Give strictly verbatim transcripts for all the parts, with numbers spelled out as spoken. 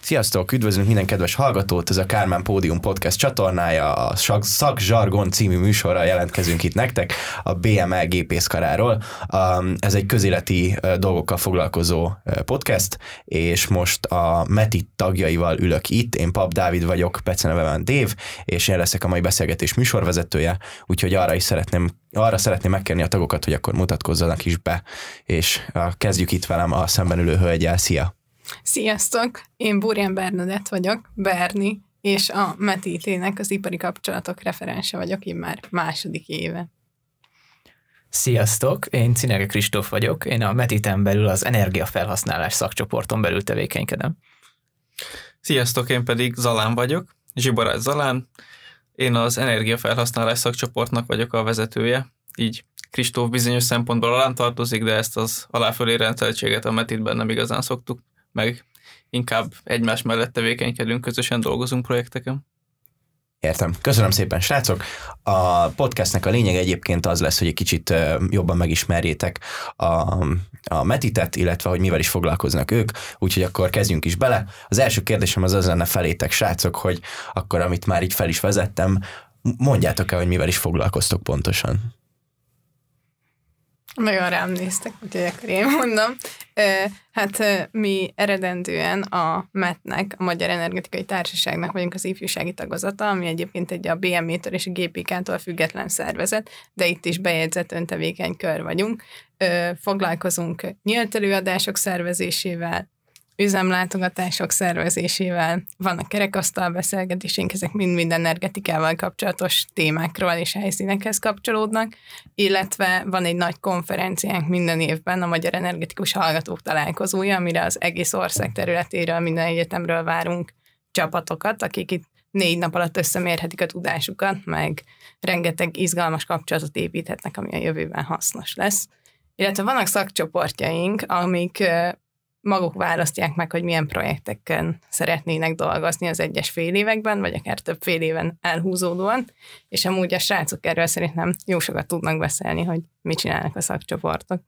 Sziasztok, üdvözlünk minden kedves hallgatót, ez a Kármán Pódium Podcast csatornája, a Szakzsargon című műsorral jelentkezünk itt nektek a bé em e gépészkaráról. Ez egy közéleti dolgokkal foglalkozó podcast, és most a Meti tagjaival ülök itt, én Pap Dávid vagyok, becenevem Dév, és én leszek a mai beszélgetés műsorvezetője, úgyhogy arra is szeretném Arra szeretném megkérni a tagokat, hogy akkor mutatkozzanak is be, és kezdjük itt velem a szemben ülő hölgyel. Szia! Sziasztok! Én Burján Bernadett vagyok, Berni, és a Metitének az ipari kapcsolatok referense vagyok, én már második éve. Sziasztok! Én Cinege Kristóf vagyok, én a Metiten belül az energiafelhasználás szakcsoporton belül tevékenykedem. Sziasztok! Én pedig Zalán vagyok, Zsibarát Zalán. Én az energiafelhasználás szakcsoportnak vagyok a vezetője, így Kristóf bizonyos szempontból alám tartozik, de ezt az aláfölé rendszertséget a Metitben nem igazán szoktuk, meg inkább egymás mellett tevékenykedünk, közösen dolgozunk projekteken. Értem. Köszönöm szépen, srácok! A podcastnek a lényeg egyébként az lesz, hogy egy kicsit jobban megismerjétek a, a Metitet, illetve hogy mivel is foglalkoznak ők, úgyhogy akkor kezdjünk is bele. Az első kérdésem az az lenne felétek, srácok, hogy akkor, amit már így fel is vezettem, mondjátok el, hogy mivel is foglalkoztok pontosan. Nagyon rám néztek, úgyhogy akkor én mondom. Hát mi eredendően a metnek, a Magyar Energetikai Társaságnak vagyunk az ifjúsági tagozata, ami egyébként egy a bé em é-től és a gé pé ká-tól független szervezet, de itt is bejegyzett öntevékeny kör vagyunk. Foglalkozunk nyílt előadások szervezésével, üzemlátogatások szervezésével, vannak kerekasztal beszélgetésénk, ezek mind-mind energetikával kapcsolatos témákról és helyszínekhez kapcsolódnak, illetve van egy nagy konferenciánk minden évben, a Magyar Energetikus Hallgatók Találkozója, amire az egész ország területéről, minden egyetemről várunk csapatokat, akik itt négy nap alatt összemérhetik a tudásukat, meg rengeteg izgalmas kapcsolatot építhetnek, ami a jövőben hasznos lesz. Illetve vannak szakcsoportjaink, amik maguk választják meg, hogy milyen projekteken szeretnének dolgozni az egyes fél években, vagy akár több fél éven elhúzódóan, és amúgy a srácok erről szerintem jó sokat tudnak beszélni, hogy mit csinálnak a szakcsoportok.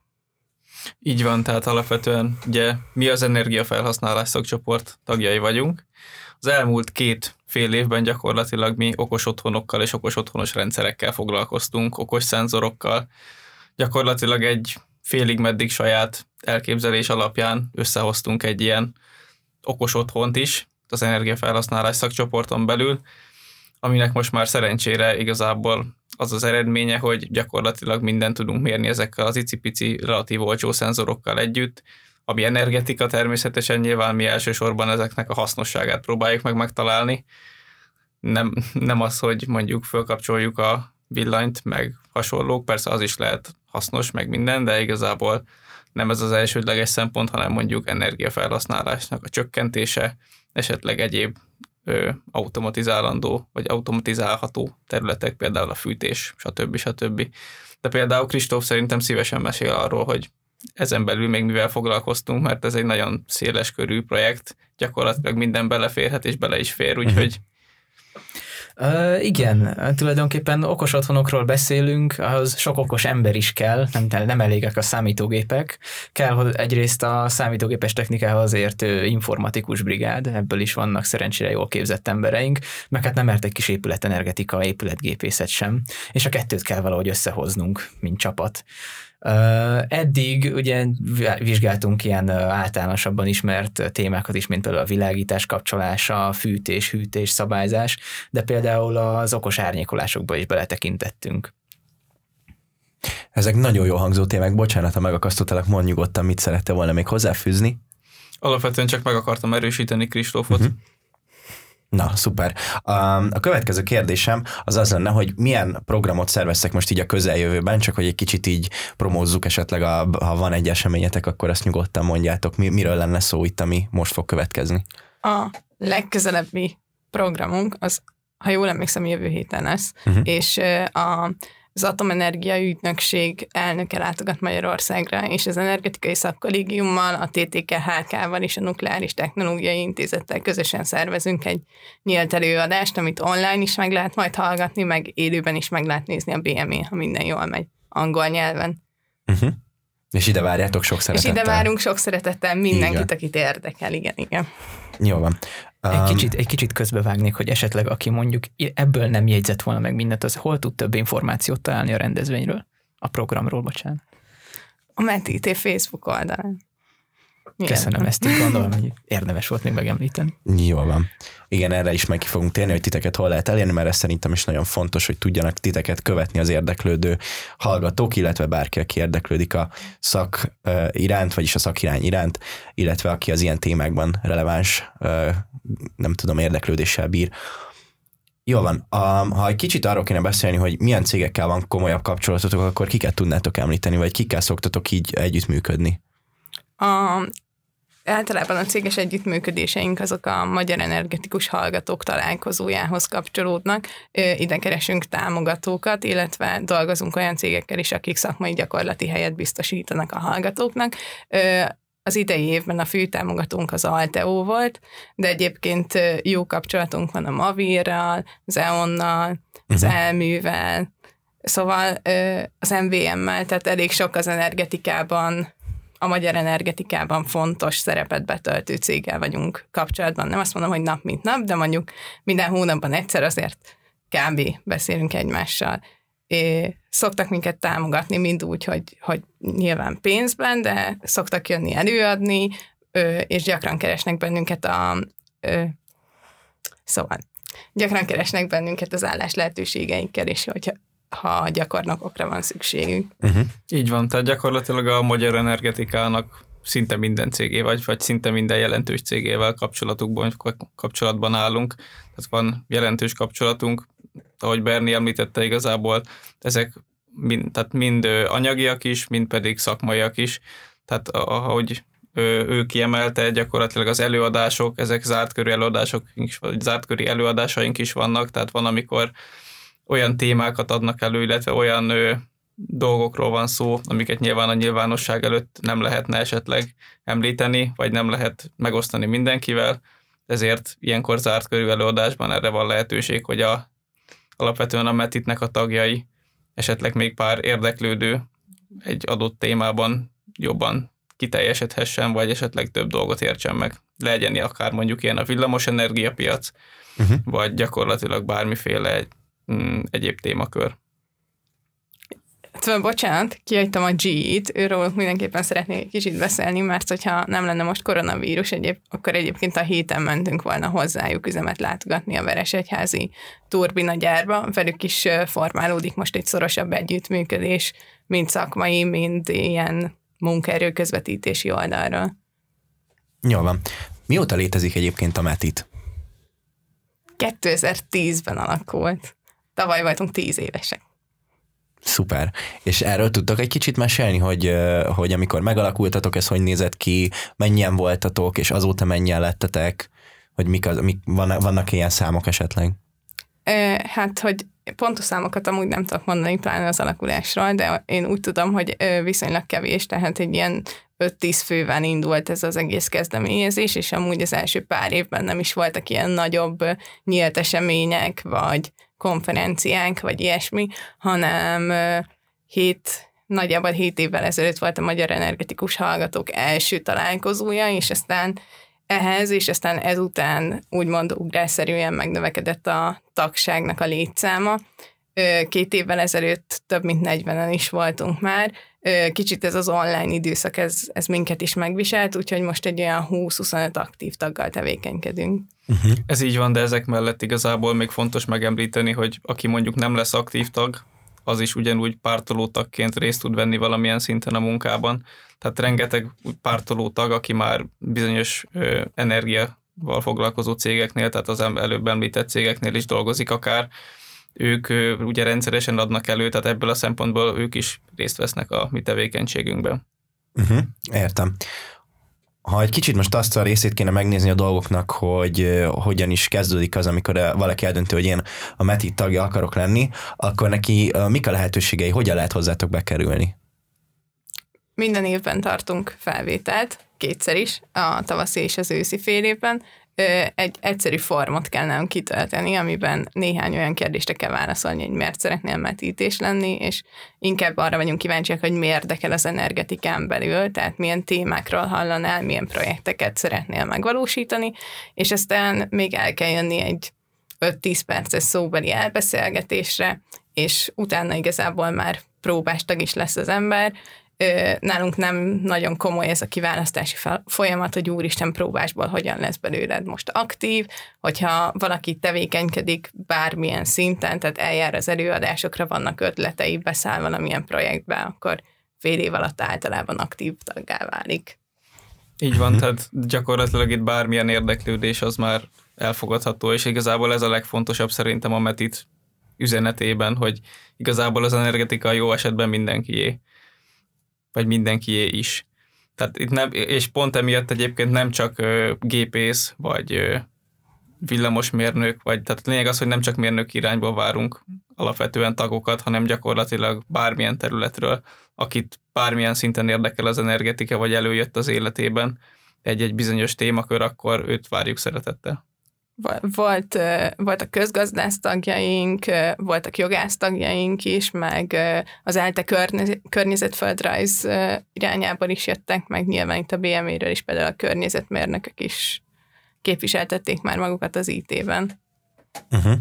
Így van, tehát alapvetően ugye mi az energiafelhasználás szakcsoport tagjai vagyunk. Az elmúlt két fél évben gyakorlatilag mi okos otthonokkal és okos otthonos rendszerekkel foglalkoztunk, okos szenzorokkal. Gyakorlatilag egy félig meddig saját elképzelés alapján összehoztunk egy ilyen okos otthont is az energiafelhasználás szakcsoporton belül, aminek most már szerencsére igazából az az eredménye, hogy gyakorlatilag mindent tudunk mérni ezekkel az icipici relatív olcsó szenzorokkal együtt, ami energetika természetesen, nyilván mi elsősorban ezeknek a hasznosságát próbáljuk meg megtalálni. Nem, nem az, hogy mondjuk fölkapcsoljuk a villanyt, meg hasonlók, persze az is lehet hasznos, meg minden, de igazából nem ez az elsődleges szempont, hanem mondjuk energiafelhasználásnak a csökkentése, esetleg egyéb ö, automatizálandó, vagy automatizálható területek, például a fűtés, stb. stb. De például Kristóf szerintem szívesen mesél arról, hogy ezen belül még mivel foglalkoztunk, mert ez egy nagyon széles körű projekt, gyakorlatilag minden beleférhet, és bele is fér, úgyhogy Uh, igen, tulajdonképpen okos otthonokról beszélünk, ahhoz sok okos ember is kell, nem, nem elégek a számítógépek. Kell, hogy egyrészt a számítógépes technikához értő informatikus brigád, ebből is vannak szerencsére jól képzett embereink, meg hát nem ért egy kis épületenergetika, épületgépészet sem, és a kettőt kell valahogy összehoznunk, mint csapat. Uh, eddig ugye vizsgáltunk ilyen uh, általánosabban ismert témákat is, mint például a világítás kapcsolása, fűtés, hűtés, szabályzás, de például az okos árnyékolásokba is beletekintettünk. Ezek nagyon jó hangzó témák, bocsánat, ha megakasztottalak, mondd nyugodtan, mit szerette volna még hozzáfűzni? Alapvetően csak meg akartam erősíteni Kristófot. Uh-huh. Na, szuper. A következő kérdésem az az lenne, hogy milyen programot szerveztek most így a közeljövőben, csak hogy egy kicsit így promózzuk esetleg, a, ha van egy eseményetek, akkor azt nyugodtan mondjátok, mi, miről lenne szó itt, ami most fog következni. A legközelebbi programunk az, ha jól emlékszem, jövő héten lesz, uh-huh. és a az Atomenergia Ügynökség elnöke látogat Magyarországra, és az Energetikai Szakkollégiummal, a té té ká há ká-val és a Nukleáris Technológiai Intézettel közösen szervezünk egy nyílt előadást, amit online is meg lehet majd hallgatni, meg élőben is meg lehet nézni a bé em é, ha minden jól megy angol nyelven. Uh-huh. És ide várjátok sok szeretettel. És ide várunk sok szeretettel mindenkit, akit érdekel, igen, igen. Jó van. Um, Egy kicsit, egy kicsit közbevágnék, hogy esetleg aki mondjuk ebből nem jegyzett volna meg mindent, az hol tud több információt találni a rendezvényről? A programról, bocsánat. A Metité Facebook oldalán. Igen. Köszönöm, ezt így gondolom, hogy érdemes volt még megemlíteni. Jól van. Igen, erre is meg ki fogunk térni, hogy titeket hol lehet elérni, mert ez szerintem is nagyon fontos, hogy tudjanak titeket követni az érdeklődő hallgatók, illetve bárki, aki érdeklődik a szak iránt, vagyis a szakirány iránt, illetve aki az ilyen témákban releváns, nem tudom, érdeklődéssel bír. Jó van, ha egy kicsit arról kéne beszélni, hogy milyen cégekkel van komolyabb kapcsolatotok, akkor kiket tudnátok említeni, vagy kikkel szoktatok így együttműködni? A, általában a céges együttműködéseink azok a Magyar Energetikus Hallgatók Találkozójához kapcsolódnak. Ide keresünk támogatókat, illetve dolgozunk olyan cégekkel is, akik szakmai gyakorlati helyet biztosítanak a hallgatóknak. Az idei évben a fő támogatónk az Alteo volt, de egyébként jó kapcsolatunk van a Mavirral, az e on-nal, az uh-huh. Elművel, szóval az em vé em-mel, tehát elég sok az energetikában, a magyar energetikában fontos szerepet betöltő céggel vagyunk kapcsolatban. Nem azt mondom, hogy nap mint nap, de mondjuk minden hónapban egyszer azért kb. Beszélünk egymással. É, szoktak minket támogatni, mind úgy, hogy, hogy nyilván pénzben, de szoktak jönni előadni, ö, és gyakran keresnek bennünket a... Ö, szóval, gyakran keresnek bennünket az állás lehetőségeikkel, és hogyha ha gyakornokokra van szükségünk. Uh-huh. Így van, tehát gyakorlatilag a magyar energetikának szinte minden cégé, vagy, vagy szinte minden jelentős cégével kapcsolatukban, kapcsolatban állunk. Tehát van jelentős kapcsolatunk, ahogy Berni említette igazából, ezek mind, tehát mind anyagiak is, mind pedig szakmaiak is. Tehát ahogy ő kiemelte, gyakorlatilag az előadások, ezek zártkörű előadások, vagy zártköri előadásaink is vannak, tehát van, amikor olyan témákat adnak elő, illetve olyan ö, dolgokról van szó, amiket nyilván a nyilvánosság előtt nem lehetne esetleg említeni, vagy nem lehet megosztani mindenkivel, ezért ilyenkor zárt körű előadásban erre van lehetőség, hogy a, alapvetően a Metitnek a tagjai, esetleg még pár érdeklődő egy adott témában jobban kiteljesedhessen, vagy esetleg több dolgot értsen meg. Legyen akár mondjuk ilyen a villamos energiapiac, uh-huh. vagy gyakorlatilag bármiféle egyéb témakör. Szóval, bocsánat, kihagytam a G-t, őről mindenképpen szeretnék egy kicsit beszélni, mert hogyha nem lenne most koronavírus, egyéb, akkor egyébként a héten mentünk volna hozzájuk üzemet látogatni a Veresegyházi turbinagyárba. Velük is formálódik most egy szorosabb együttműködés, mind szakmai, mind ilyen munkaerő közvetítési oldalról. Jó van. Mióta létezik egyébként a Metit? kétezer-tízben alakult. Tavaly voltunk tíz évesek. Szuper. És erről tudtok egy kicsit mesélni, hogy, hogy amikor megalakultatok, ez hogy nézett ki, mennyien voltatok, és azóta mennyien lettetek, hogy mik az, mik, vannak, vannak ilyen számok esetleg? Hát, hogy pontos számokat amúgy nem tudok mondani, pláne az alakulásról, de én úgy tudom, hogy viszonylag kevés, tehát egy ilyen öt-tíz fővel indult ez az egész kezdeményezés, és amúgy az első pár évben nem is voltak ilyen nagyobb nyílt események, vagy konferenciánk, vagy ilyesmi, hanem hét, nagyjából hét évvel ezelőtt volt a Magyar Energetikus Hallgatók első találkozója, és aztán ehhez, és aztán ezután úgymond ugrásszerűen megnövekedett a tagságnak a létszáma. Két évvel ezelőtt több mint negyvenen is voltunk már. Kicsit ez az online időszak, ez, ez minket is megviselt, úgyhogy most egy olyan húsz-huszonöt aktív taggal tevékenykedünk. Uh-huh. Ez így van, de ezek mellett igazából még fontos megemlíteni, hogy aki mondjuk nem lesz aktív tag, az is ugyanúgy pártoló tagként részt tud venni valamilyen szinten a munkában. Tehát rengeteg pártoló tag, aki már bizonyos ö, energiával foglalkozó cégeknél, tehát az előbb említett cégeknél is dolgozik akár, ők ö, ugye rendszeresen adnak elő, tehát ebből a szempontból ők is részt vesznek a mi tevékenységünkben. Uh-huh, értem. Ha egy kicsit most azt a részét kéne megnézni a dolgoknak, hogy uh, hogyan is kezdődik az, amikor uh, valaki eldöntő, hogy én a Metit tagja akarok lenni, akkor neki uh, mik a lehetőségei, hogyan lehet hozzátok bekerülni? Minden évben tartunk felvételt, kétszer is, a tavaszi és az őszi fél évben. egy egyszerű formot kell nem kitölteni, amiben néhány olyan kérdésre kell válaszolni, hogy miért szeretnél metítés lenni, és inkább arra vagyunk kíváncsiak, hogy mi érdekel az energetikán belül, tehát milyen témákról hallanál, milyen projekteket szeretnél megvalósítani, és aztán még el kell jönni egy öt-tíz perces szóbeli elbeszélgetésre, és utána igazából már próbástag is lesz az ember. Nálunk nem nagyon komoly ez a kiválasztási folyamat, hogy úristen próbásból hogyan lesz belőled most aktív, hogyha valaki tevékenykedik bármilyen szinten, tehát eljár az előadásokra, vannak ötletei, beszáll valamilyen projektbe, akkor fél év alatt általában aktív taggá válik. Így van, tehát gyakorlatilag itt bármilyen érdeklődés az már elfogadható, és igazából ez a legfontosabb szerintem a Metit üzenetében, hogy igazából az energetika jó esetben mindenkié, vagy mindenkié is. Tehát itt nem, és pont emiatt egyébként nem csak ö, gépész, vagy ö, villamosmérnök, vagy tehát lényeg az, hogy nem csak mérnök irányból várunk alapvetően tagokat, hanem gyakorlatilag bármilyen területről, akit bármilyen szinten érdekel az energetika, vagy előjött az életében egy-egy bizonyos témakör, akkor őt várjuk szeretettel. Volt, voltak közgazdász tagjaink, voltak jogász tagjaink is, meg az ELTE környezetföldrajz irányából is jöttek, meg nyilván itt a bé em é-ről is például a környezetmérnökök is képviseltették már magukat az í té-ben. Uh-huh.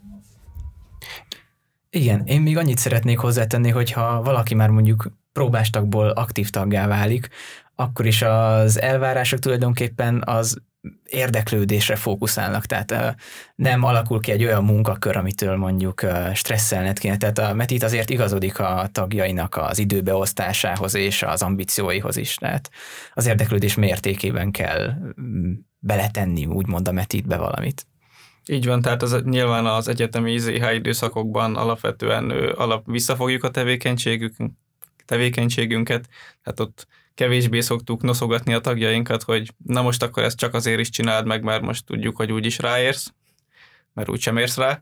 Igen, én még annyit szeretnék hozzátenni, hogyha valaki már mondjuk próbástagból aktív taggá válik, akkor is az elvárások tulajdonképpen az érdeklődésre fókuszálnak, tehát nem alakul ki egy olyan munkakör, amitől mondjuk stresszelned kéne. Tehát a Metit azért igazodik a tagjainak az időbeosztásához és az ambícióihoz is. Tehát az érdeklődés mértékében kell beletenni, úgymond a Metitbe valamit. Így van, tehát az, nyilván az egyetemi zé há időszakokban alapvetően alap, visszafogjuk a tevékenységük, tevékenységünket, tehát ott kevésbé szoktuk noszogatni a tagjainkat, hogy na most akkor ezt csak azért is csináld meg, mert most tudjuk, hogy úgyis ráérsz, mert úgysem érsz rá.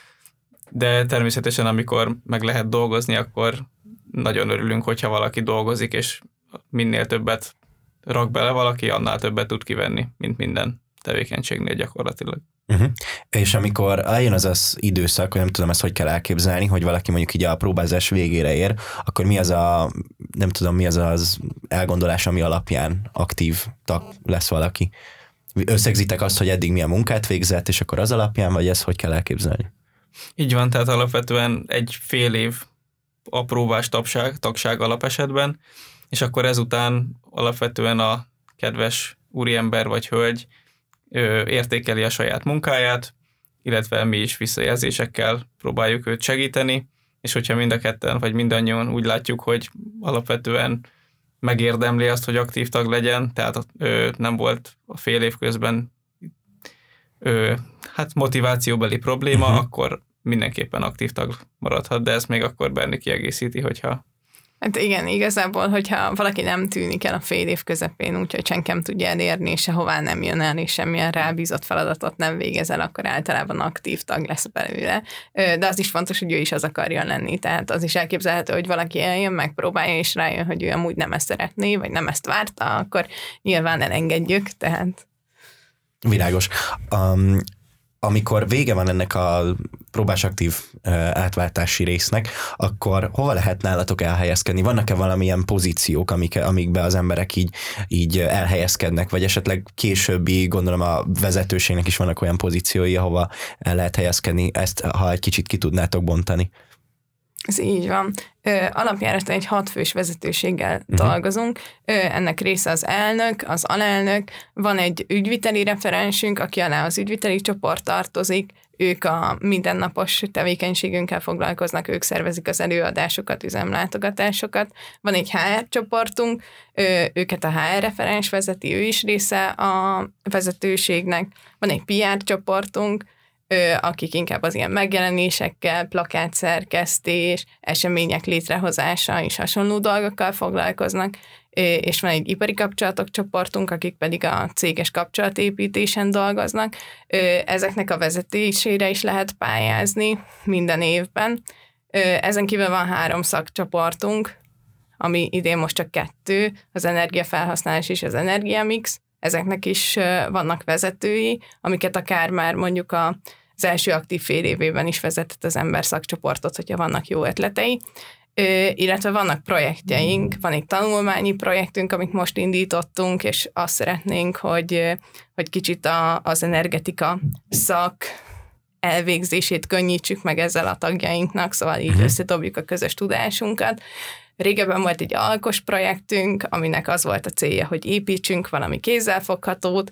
De természetesen, amikor meg lehet dolgozni, akkor nagyon örülünk, hogyha valaki dolgozik, és minél többet rak bele valaki, annál többet tud kivenni, mint minden tevékenységnél gyakorlatilag. Uh-huh. És amikor eljön az az időszak, hogy nem tudom ezt hogy kell elképzelni, hogy valaki mondjuk így a próbázás végére ér, akkor mi az a, nem tudom, mi az az elgondolás, ami alapján aktív tag lesz valaki? Összegzitek azt, hogy eddig milyen munkát végzett, és akkor az alapján, vagy ezt hogy kell elképzelni? Így van, tehát alapvetően egy fél év a próbás tagság, tagság alapesetben, és akkor ezután alapvetően a kedves úriember vagy hölgy értékeli a saját munkáját, illetve mi is visszajelzésekkel próbáljuk őt segíteni, és hogyha mind a ketten, vagy mindannyian úgy látjuk, hogy alapvetően megérdemli azt, hogy aktív tag legyen, tehát ö, nem volt a fél év közben ö, hát motivációbeli probléma, uh-huh. akkor mindenképpen aktív tag maradhat, de ezt még akkor Berni kiegészíti, hogyha Hát igen, igazából, hogyha valaki nem tűnik el a fél év közepén, úgyhogy senki nem tudja elérni, és sehová nem jön el, és semmilyen rábízott feladatot nem végez el, akkor általában aktív tag lesz belőle. De az is fontos, hogy ő is az akarja lenni. Tehát az is elképzelhető, hogy valaki eljön, megpróbálja, és rájön, hogy ő amúgy nem ezt szeretné, vagy nem ezt várta, akkor nyilván elengedjük. Tehát... Világos. Um, amikor vége van ennek a próbás aktív uh, átváltási résznek, akkor hova lehet nálatok elhelyezkedni? Vannak-e valamilyen pozíciók, amik, amikbe az emberek így, így elhelyezkednek, vagy esetleg későbbi, gondolom a vezetőségnek is vannak olyan pozíciói, ahova el lehet helyezkedni? Ezt, ha egy kicsit ki tudnátok bontani. Ez így van. Ö, alapjáraton egy hatfős vezetőséggel uh-huh. dolgozunk. Ö, ennek része az elnök, az alelnök, van egy ügyviteli referensünk, aki alá az ügyviteli csoport tartozik, ők a mindennapos tevékenységünkkel foglalkoznak, ők szervezik az előadásokat, üzemlátogatásokat. Van egy há er csoportunk, ö, őket a há er referens vezeti, ő is része a vezetőségnek. Van egy pé er csoportunk, akik inkább az ilyen megjelenésekkel, plakátszerkesztés, események létrehozása és hasonló dolgokkal foglalkoznak, és van egy ipari kapcsolatok csoportunk, akik pedig a céges kapcsolatépítésen dolgoznak. Ezeknek a vezetésére is lehet pályázni minden évben. Ezen kívül van három szakcsoportunk, ami idén most csak kettő, az energiafelhasználás és az energiamix. ezeknek is vannak vezetői, amiket akár már mondjuk a az első aktív fél évében is vezetett az ember szakcsoportot, hogyha vannak jó ötletei, Ö, illetve vannak projektjeink, van egy tanulmányi projektünk, amit most indítottunk, és azt szeretnénk, hogy, hogy kicsit a, az energetika szak elvégzését könnyítsük meg ezzel a tagjainknak, szóval így összedobjuk a közös tudásunkat. Régebben volt egy alkos projektünk, aminek az volt a célja, hogy építsünk valami kézzelfoghatót,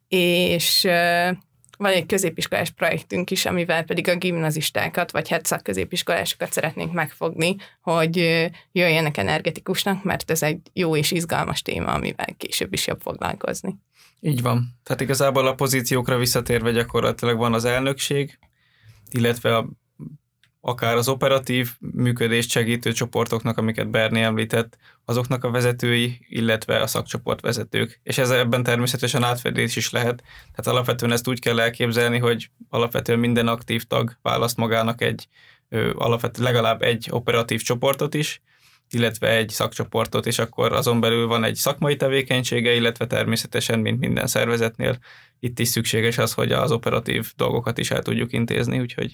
és van egy középiskolás projektünk is, amivel pedig a gimnazistákat, vagy hát szakközépiskolásokat szeretnénk megfogni, hogy jöjjenek energetikusnak, mert ez egy jó és izgalmas téma, amivel később is jobb foglalkozni. Így van. Tehát igazából a pozíciókra visszatérve gyakorlatilag van az elnökség, illetve a, akár az operatív működést segítő csoportoknak, amiket Berni említett, azoknak a vezetői, illetve a szakcsoport vezetők. És ez ebben természetesen átfedés is lehet. Tehát alapvetően ezt úgy kell elképzelni, hogy alapvetően minden aktív tag választ magának egy alapvetően legalább egy operatív csoportot is, illetve egy szakcsoportot, és akkor azon belül van egy szakmai tevékenysége, illetve természetesen, mint minden szervezetnél, itt is szükséges az, hogy az operatív dolgokat is el tudjuk intézni, úgyhogy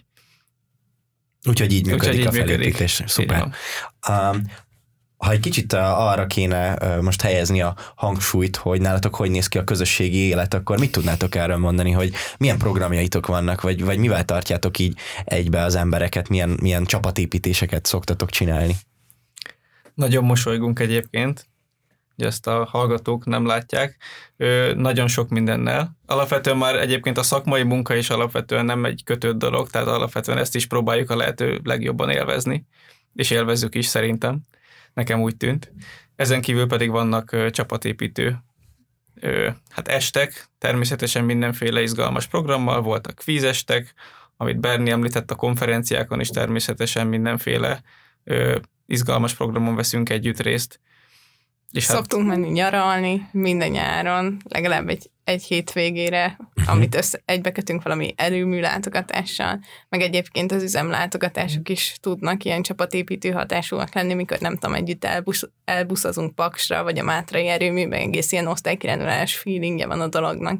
Úgyhogy így működik Úgyhogy így a felépítés. Szuper. Um, ha egy kicsit arra kéne most helyezni a hangsúlyt, hogy nálatok hogy néz ki a közösségi élet, akkor mit tudnátok erről mondani, hogy milyen programjaitok vannak, vagy, vagy mivel tartjátok így egybe az embereket, milyen, milyen csapatépítéseket szoktatok csinálni? Nagyon mosolygunk egyébként, hogy ezt a hallgatók nem látják, Ö, nagyon sok mindennel. Alapvetően már egyébként a szakmai munka is alapvetően nem egy kötött dolog, tehát alapvetően ezt is próbáljuk a lehető legjobban élvezni, és élvezzük is szerintem. Nekem úgy tűnt. Ezen kívül pedig vannak ö, csapatépítő ö, hát estek, természetesen mindenféle izgalmas programmal, voltak kvízestek, amit Berni említett, a konferenciákon is természetesen mindenféle ö, izgalmas programon veszünk együtt részt. És Szoktunk hát... menni nyaralni minden nyáron, legalább egy, egy hétvégére, amit össze, egybekötünk valami erőmű látogatással, meg egyébként az üzemlátogatások is tudnak ilyen csapatépítő hatásúak lenni, mikor nem tudom, együtt elbusz, elbuszazunk Paksra, vagy a Mátrai erőműben, egész ilyen osztálykirendulás feelingje van a dolognak.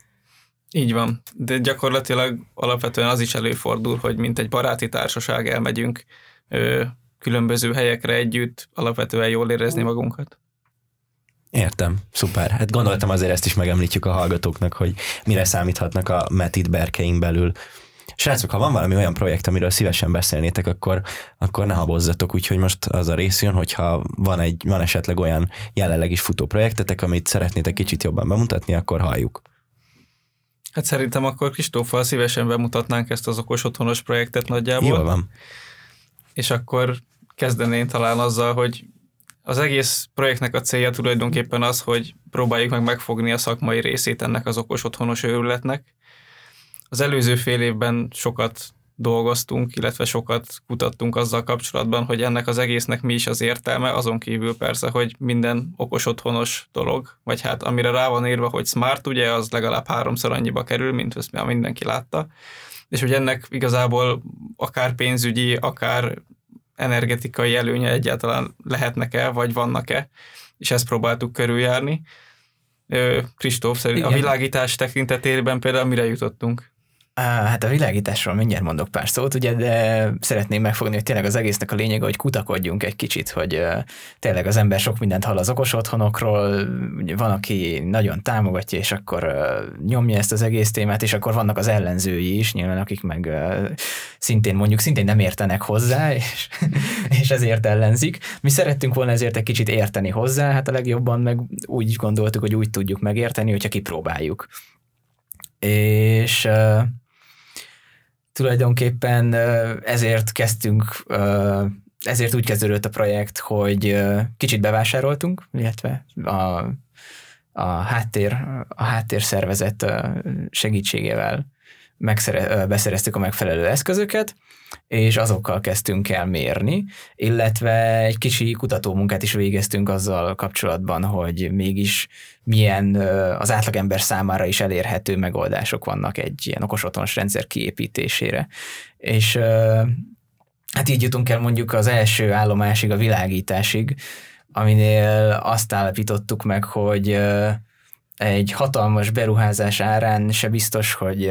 Így van, de gyakorlatilag alapvetően az is előfordul, hogy mint egy baráti társaság elmegyünk ö, különböző helyekre együtt, alapvetően jól érezni magunkat. Értem, szuper. Hát gondoltam azért ezt is megemlítjük a hallgatóknak, hogy mire számíthatnak a Metit berkeink belül. Srácok, ha van valami olyan projekt, amiről szívesen beszélnétek, akkor, akkor ne habozzatok, úgyhogy most az a rész jön, hogyha van, egy, van esetleg olyan jelenleg is futó projektetek, amit szeretnétek kicsit jobban bemutatni, akkor halljuk. Hát szerintem akkor Kristóffal szívesen bemutatnánk ezt az okos otthonos projektet nagyjából. Jól van. És akkor kezdeném talán azzal, hogy az egész projektnek a célja tulajdonképpen az, hogy próbáljuk meg megfogni a szakmai részét ennek az okos otthonos őrületnek. Az előző fél évben sokat dolgoztunk, illetve sokat kutattunk azzal kapcsolatban, hogy ennek az egésznek mi is az értelme, azon kívül persze, hogy minden okos otthonos dolog, vagy hát amire rá van írva, hogy smart, ugye, az legalább háromszor annyiba kerül, mint ezt már mindenki látta, és hogy ennek igazából akár pénzügyi, akár energetikai előnye egyáltalán lehetnek-e, vagy vannak-e, és ezt próbáltuk körüljárni. Kristóf, szerint a világítás tekintetében például mire jutottunk? Hát a világításról mindjárt mondok pár szót, ugye, de szeretném megfogni, hogy tényleg az egésznek a lényege, hogy kutakodjunk egy kicsit, hogy tényleg az ember sok mindent hall az okos otthonokról, van, aki nagyon támogatja, és akkor nyomja ezt az egész témát, és akkor vannak az ellenzői is, nyilván akik meg szintén mondjuk szintén nem értenek hozzá, és, és ezért ellenzik. Mi szerettünk volna ezért egy kicsit érteni hozzá, hát a legjobban meg úgy gondoltuk, hogy úgy tudjuk megérteni, hogyha kipróbáljuk. És uh, tulajdonképpen uh, ezért kezdtünk, uh, ezért úgy kezdődött a projekt, hogy uh, kicsit bevásároltunk, illetve a, a, háttér, a háttérszervezet uh, segítségével megszere, uh, beszereztük a megfelelő eszközöket, és azokkal kezdtünk el mérni, illetve egy kicsi kutatómunkát is végeztünk azzal kapcsolatban, hogy mégis milyen az átlagember számára is elérhető megoldások vannak egy ilyen okos otthonos rendszer kiépítésére. És hát így jutunk el mondjuk az első állomásig, a világításig, aminél azt állapítottuk meg, hogy egy hatalmas beruházás árán se biztos, hogy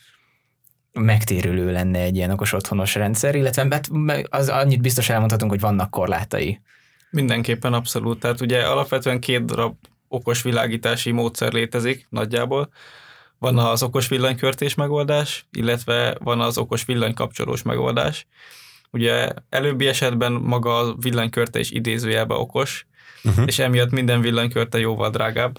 megtérülő lenne egy ilyen okos otthonos rendszer, illetve az annyit biztos elmondhatunk, hogy vannak korlátai. Mindenképpen abszolút. Tehát ugye alapvetően két darab okos világítási módszer létezik nagyjából. Van az okos villanykörtés megoldás, illetve van az okos villanykapcsolós megoldás. Ugye előbbi esetben maga a villanykörtés idézőjelben okos, uh-huh. és emiatt minden villanykörte jóval drágább.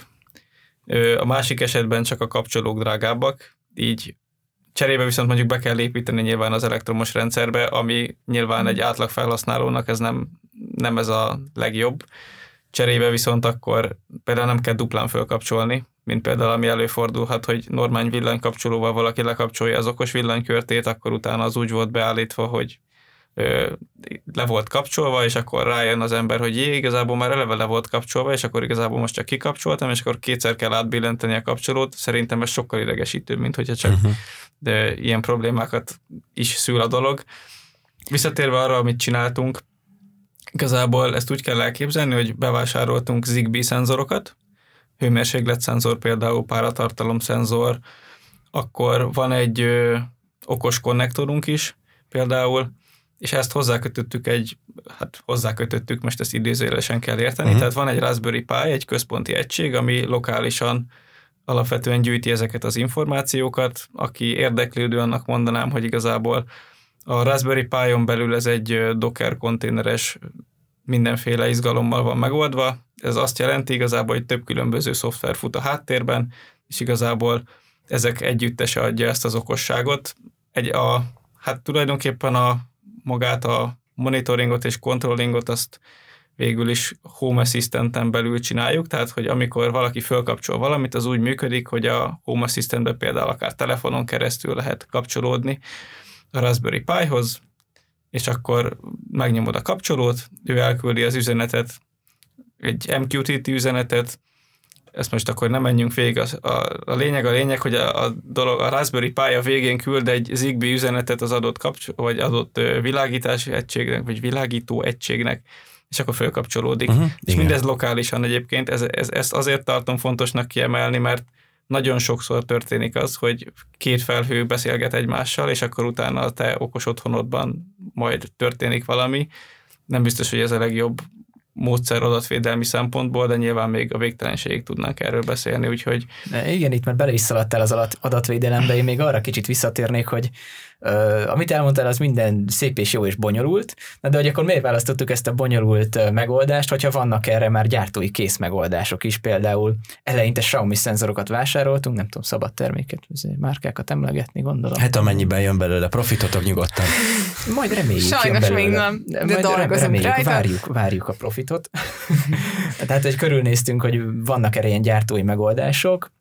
A másik esetben csak a kapcsolók drágábbak, így cserébe viszont mondjuk be kell építeni nyilván az elektromos rendszerbe, ami nyilván egy átlag felhasználónak ez nem, nem ez a legjobb. Cserébe viszont akkor például nem kell duplán fölkapcsolni, mint például ami előfordulhat, hogy normány villanykapcsolóval valaki lekapcsolja az okos villanykörtét, akkor utána az úgy volt beállítva, hogy ö, le volt kapcsolva, és akkor rájön az ember, hogy jé, igazából már eleve le volt kapcsolva, és akkor igazából most csak kikapcsoltam, és akkor kétszer kell átbillenteni a kapcsolót. Szerintem ez sokkal idegesítőbb, mint hogyha csak uh-huh. de ilyen problémákat is szül a dolog. Visszatérve arra, amit csináltunk, igazából ezt úgy kell elképzelni, hogy bevásároltunk Zigbee szenzorokat, hőmérsékletszenzor például, páratartalomszenzor, akkor van egy ö, okos konnektorunk is például, és ezt hozzákötöttük egy, hát hozzákötöttük, most ezt idézőjelesen kell érteni, uh-huh. tehát van egy Raspberry Pi, egy központi egység, ami lokálisan alapvetően gyűjti ezeket az információkat. Aki érdeklődő, annak mondanám, hogy igazából a Raspberry Pi-on belül ez egy Docker konténeres, mindenféle izgalommal van megoldva. Ez azt jelenti igazából, hogy több különböző szoftver fut a háttérben, és igazából ezek együttese adja ezt az okosságot. Egy a, hát tulajdonképpen a magát a monitoringot és controllingot azt végül is Home Assistant-en belül csináljuk, tehát hogy amikor valaki fölkapcsol valamit, az úgy működik, hogy a Home Assistant-ben például akár telefonon keresztül lehet kapcsolódni a Raspberry Pi-hoz, és akkor megnyomod a kapcsolót, ő elküldi az üzenetet, egy em kú té té üzenetet, ezt most akkor nem menjünk végig, a, a, a lényeg a lényeg, hogy a, a, dolog, a Raspberry Pi a végén küld egy Zigbee üzenetet az adott kapcsol, vagy adott világítási egységnek, vagy világító egységnek, és akkor fölkapcsolódik. Uh-huh, és igen. Mindez lokálisan egyébként, ez, ez, ezt azért tartom fontosnak kiemelni, mert nagyon sokszor történik az, hogy két felhő beszélget egymással, és akkor utána a te okos otthonodban majd történik valami. Nem biztos, hogy ez a legjobb módszer adatvédelmi szempontból, de nyilván még a végtelenségig tudnánk erről beszélni, úgyhogy... Igen, itt már bele is szaladtál az adatvédelembe, én még arra kicsit visszatérnék, hogy uh, amit elmondtál, az minden szép és jó és bonyolult, de hogy akkor miért választottuk ezt a bonyolult megoldást, hogyha vannak erre már gyártói kész megoldások is, például eleinte Xiaomi szenzorokat vásároltunk, nem tudom, szabad terméket, márkákat emlegetni, gondolom. Hát amennyiben jön belőle profitotok nyugodtan. Majd reméljük. Sajnos még nem, de Majd dolgozunk rajta. Várjuk, várjuk a profitot. Tehát, hogy körülnéztünk, hogy vannak erre ilyen gyártói megoldások,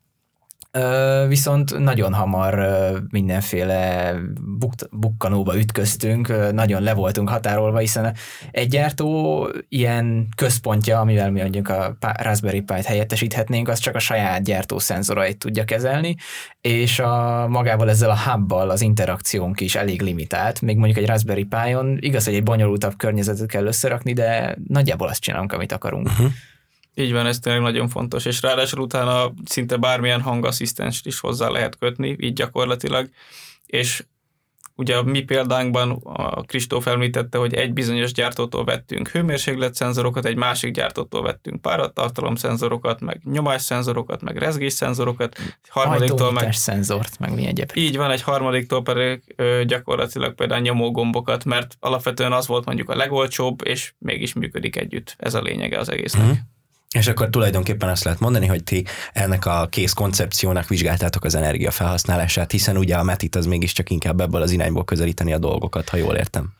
viszont nagyon hamar mindenféle buk- bukkanóba ütköztünk, nagyon le voltunk határolva, hiszen egy gyártó ilyen központja, amivel mi mondjuk a Raspberry Pi-t helyettesíthetnénk, az csak a saját gyártó szenzorait tudja kezelni, és a, magával ezzel a hubbal az interakciónk is elég limitált, még mondjuk egy Raspberry Pi-on igaz, hogy egy bonyolultabb környezetet kell összerakni, de nagyjából azt csinálunk, amit akarunk. Uh-huh. Így van, ez tényleg nagyon fontos, és ráadásul utána szinte bármilyen hangasszisztenst is hozzá lehet kötni, így gyakorlatilag, és ugye a mi példánkban a Kristóf említette, hogy egy bizonyos gyártótól vettünk hőmérsékletszenzorokat, egy másik gyártótól vettünk páratartalomszenzorokat, meg nyomásszenzorokat, meg rezgésszenzorokat, harmadiktól meg szenzort, meg mi egyéb. Így van, egy harmadiktól pedig ö, gyakorlatilag például nyomógombokat, mert alapvetően az volt mondjuk a legolcsóbb, és mégis működik együtt. Ez a lényege az egésznek. Mm-hmm. És akkor tulajdonképpen azt lehet mondani, hogy ti ennek a kész koncepciónak vizsgáltátok az energiafelhasználását, hiszen ugye a Metit az mégiscsak inkább ebből az irányból közelíteni a dolgokat, ha jól értem.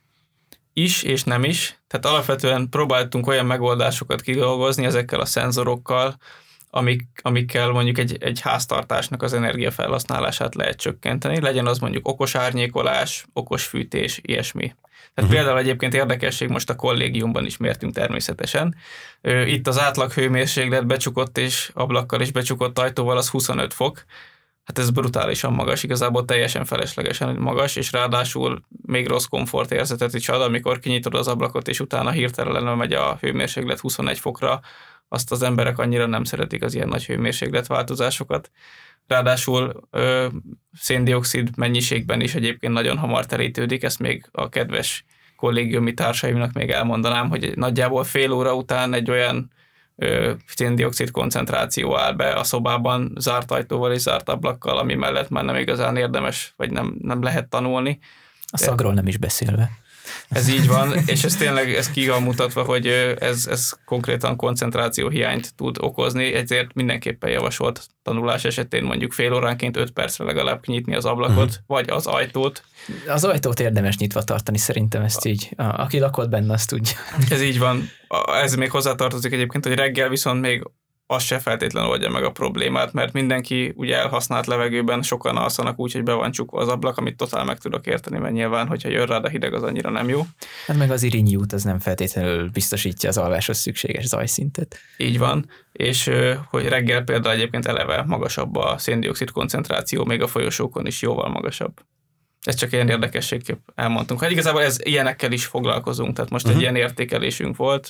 Is és nem is. Tehát alapvetően próbáltunk olyan megoldásokat kidolgozni ezekkel a szenzorokkal, amik, amikkel mondjuk egy, egy háztartásnak az energiafelhasználását lehet csökkenteni. Legyen az mondjuk okos árnyékolás, okos fűtés, ilyesmi. Tehát uh-huh. például egyébként érdekesség, most a kollégiumban is mértünk természetesen. Itt az átlag hőmérséklet becsukott és ablakkal is becsukott ajtóval az huszonöt fok. Hát ez brutálisan magas, igazából teljesen feleslegesen magas, és ráadásul még rossz komfortérzetet is ad, amikor kinyitod az ablakot, és utána hirtelen megy a hőmérséklet huszonegy fokra, azt az emberek annyira nem szeretik az ilyen nagy hőmérsékletváltozásokat. Ráadásul ö, széndioxid mennyiségben is egyébként nagyon hamar terítődik, ezt még a kedves kollégiumi társaimnak még elmondanám, hogy nagyjából fél óra után egy olyan ö, széndioxid koncentráció áll be a szobában zárt ajtóval és zárt ablakkal, ami mellett már nem igazán érdemes, vagy nem, nem lehet tanulni. A szagról nem is beszélve. Ez így van, és ez tényleg ez ki van mutatva, hogy ez, ez konkrétan koncentráció hiányt tud okozni, ezért mindenképpen javasolt tanulás esetén mondjuk fél óránként öt percre legalább kinyitni az ablakot, uh-huh. vagy az ajtót. Az ajtót érdemes nyitva tartani, szerintem ezt így. A, aki lakott benne, azt tudja. Ez így van. Ez még hozzátartozik egyébként, hogy reggel viszont még az se feltétlenül oldja meg a problémát, mert mindenki ugye elhasznált levegőben, sokan alszanak úgy, hogy be van csukva az ablak, amit totál meg tudok érteni, mert nyilván, hogyha jön rá a hideg, az annyira nem jó. Hát meg az irinyi út az nem feltétlenül biztosítja az alváshoz szükséges zajszintet. Így van, és hogy reggel például egyébként eleve magasabb a széndioxid koncentráció, még a folyosókon is jóval magasabb. Ez csak ilyen érdekességképp elmondtunk. Hát igazából ez ilyenekkel is foglalkozunk, tehát most uh-huh. egy ilyen értékelésünk volt.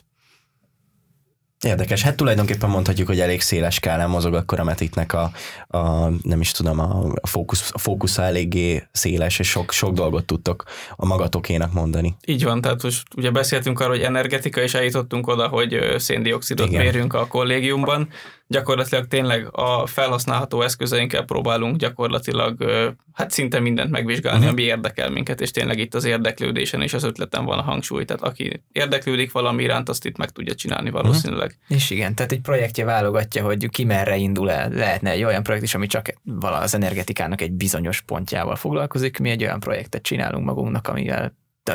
Érdekes. Hát tulajdonképpen mondhatjuk, hogy elég széles skálán mozog akkor a metitnek a, a nem is tudom, a, fókusz, a fókusza eléggé széles, és sok, sok dolgot tudtok a magatokénak mondani. Így van, tehát most ugye beszéltünk arról, hogy energetika, és eljutottunk oda, hogy széndioxidot Igen. mérjünk a kollégiumban. Gyakorlatilag tényleg a felhasználható eszközeinkkel próbálunk gyakorlatilag hát szinte mindent megvizsgálni, uh-huh. ami érdekel minket, és tényleg itt az érdeklődésen és az ötleten van a hangsúly. Tehát aki érdeklődik valami iránt, azt itt meg tudja csinálni valószínűleg. Uh-huh. És igen, tehát egy projektje válogatja, hogy ki merre indul el. Lehetne egy olyan projekt is, ami csak vala az energetikának egy bizonyos pontjával foglalkozik. Mi egy olyan projektet csinálunk magunknak, amivel,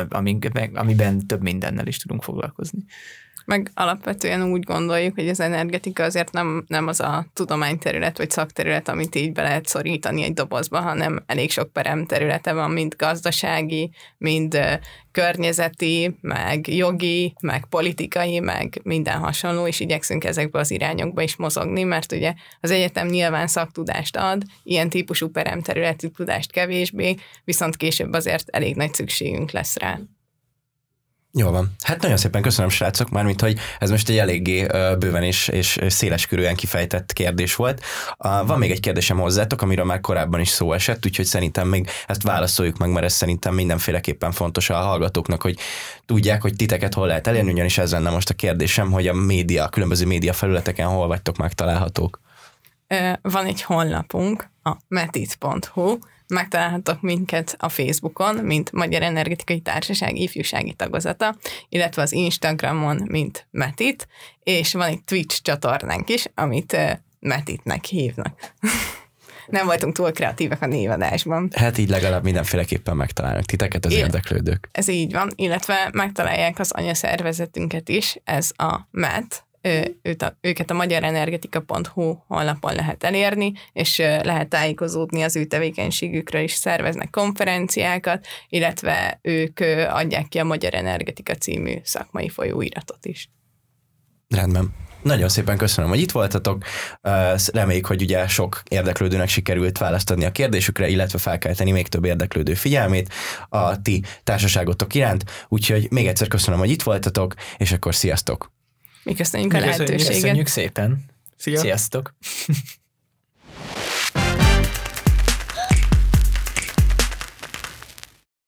amiben több mindennel is tudunk foglalkozni. Meg alapvetően úgy gondoljuk, hogy az energetika azért nem, nem az a tudományterület vagy szakterület, amit így be lehet szorítani egy dobozba, hanem elég sok peremterülete van, mind gazdasági, mind uh, környezeti, meg jogi, meg politikai, meg minden hasonló, és igyekszünk ezekbe az irányokba is mozogni, mert ugye az egyetem nyilván szaktudást ad, ilyen típusú peremterületű tudást kevésbé, viszont később azért elég nagy szükségünk lesz rá. Jól van. Hát nagyon szépen köszönöm, srácok, mármint, hogy ez most egy eléggé bőven és, és széleskörűen kifejtett kérdés volt. Van még egy kérdésem hozzátok, amiről már korábban is szó esett, úgyhogy szerintem még ezt válaszoljuk meg, mert ez szerintem mindenféleképpen fontos a hallgatóknak, hogy tudják, hogy titeket hol lehet elérni, ugyanis ez lenne most a kérdésem, hogy a média, a különböző média felületeken hol vagytok megtalálhatók. Van egy honlapunk, a metit pont hu, megtalálhatok minket a Facebookon, mint Magyar Energetikai Társaság ifjúsági tagozata, illetve az Instagramon, mint Metit, és van egy Twitch csatornánk is, amit uh, Metitnek hívnak. Nem voltunk túl kreatívak a névadásban. Hát így legalább mindenféleképpen megtalálnak titeket az Él- érdeklődők. Ez így van, illetve megtalálják az anyaszervezetünket is, ez a met, Őt a, őket a magyar energetika pont hu honlapon lehet elérni, és lehet tájékozódni az ő tevékenységükről is, szerveznek konferenciákat, illetve ők adják ki a Magyar Energetika című szakmai folyóiratot is. Rendben. Nagyon szépen köszönöm, hogy itt voltatok. Reméljük, hogy ugye sok érdeklődőnek sikerült választ adni a kérdésükre, illetve felkelteni még több érdeklődő figyelmét a ti társaságotok iránt. Úgyhogy még egyszer köszönöm, hogy itt voltatok, és akkor sziasztok! Mi köszönjük a lehetőséget. Köszönjük szépen. Szia. Sziasztok!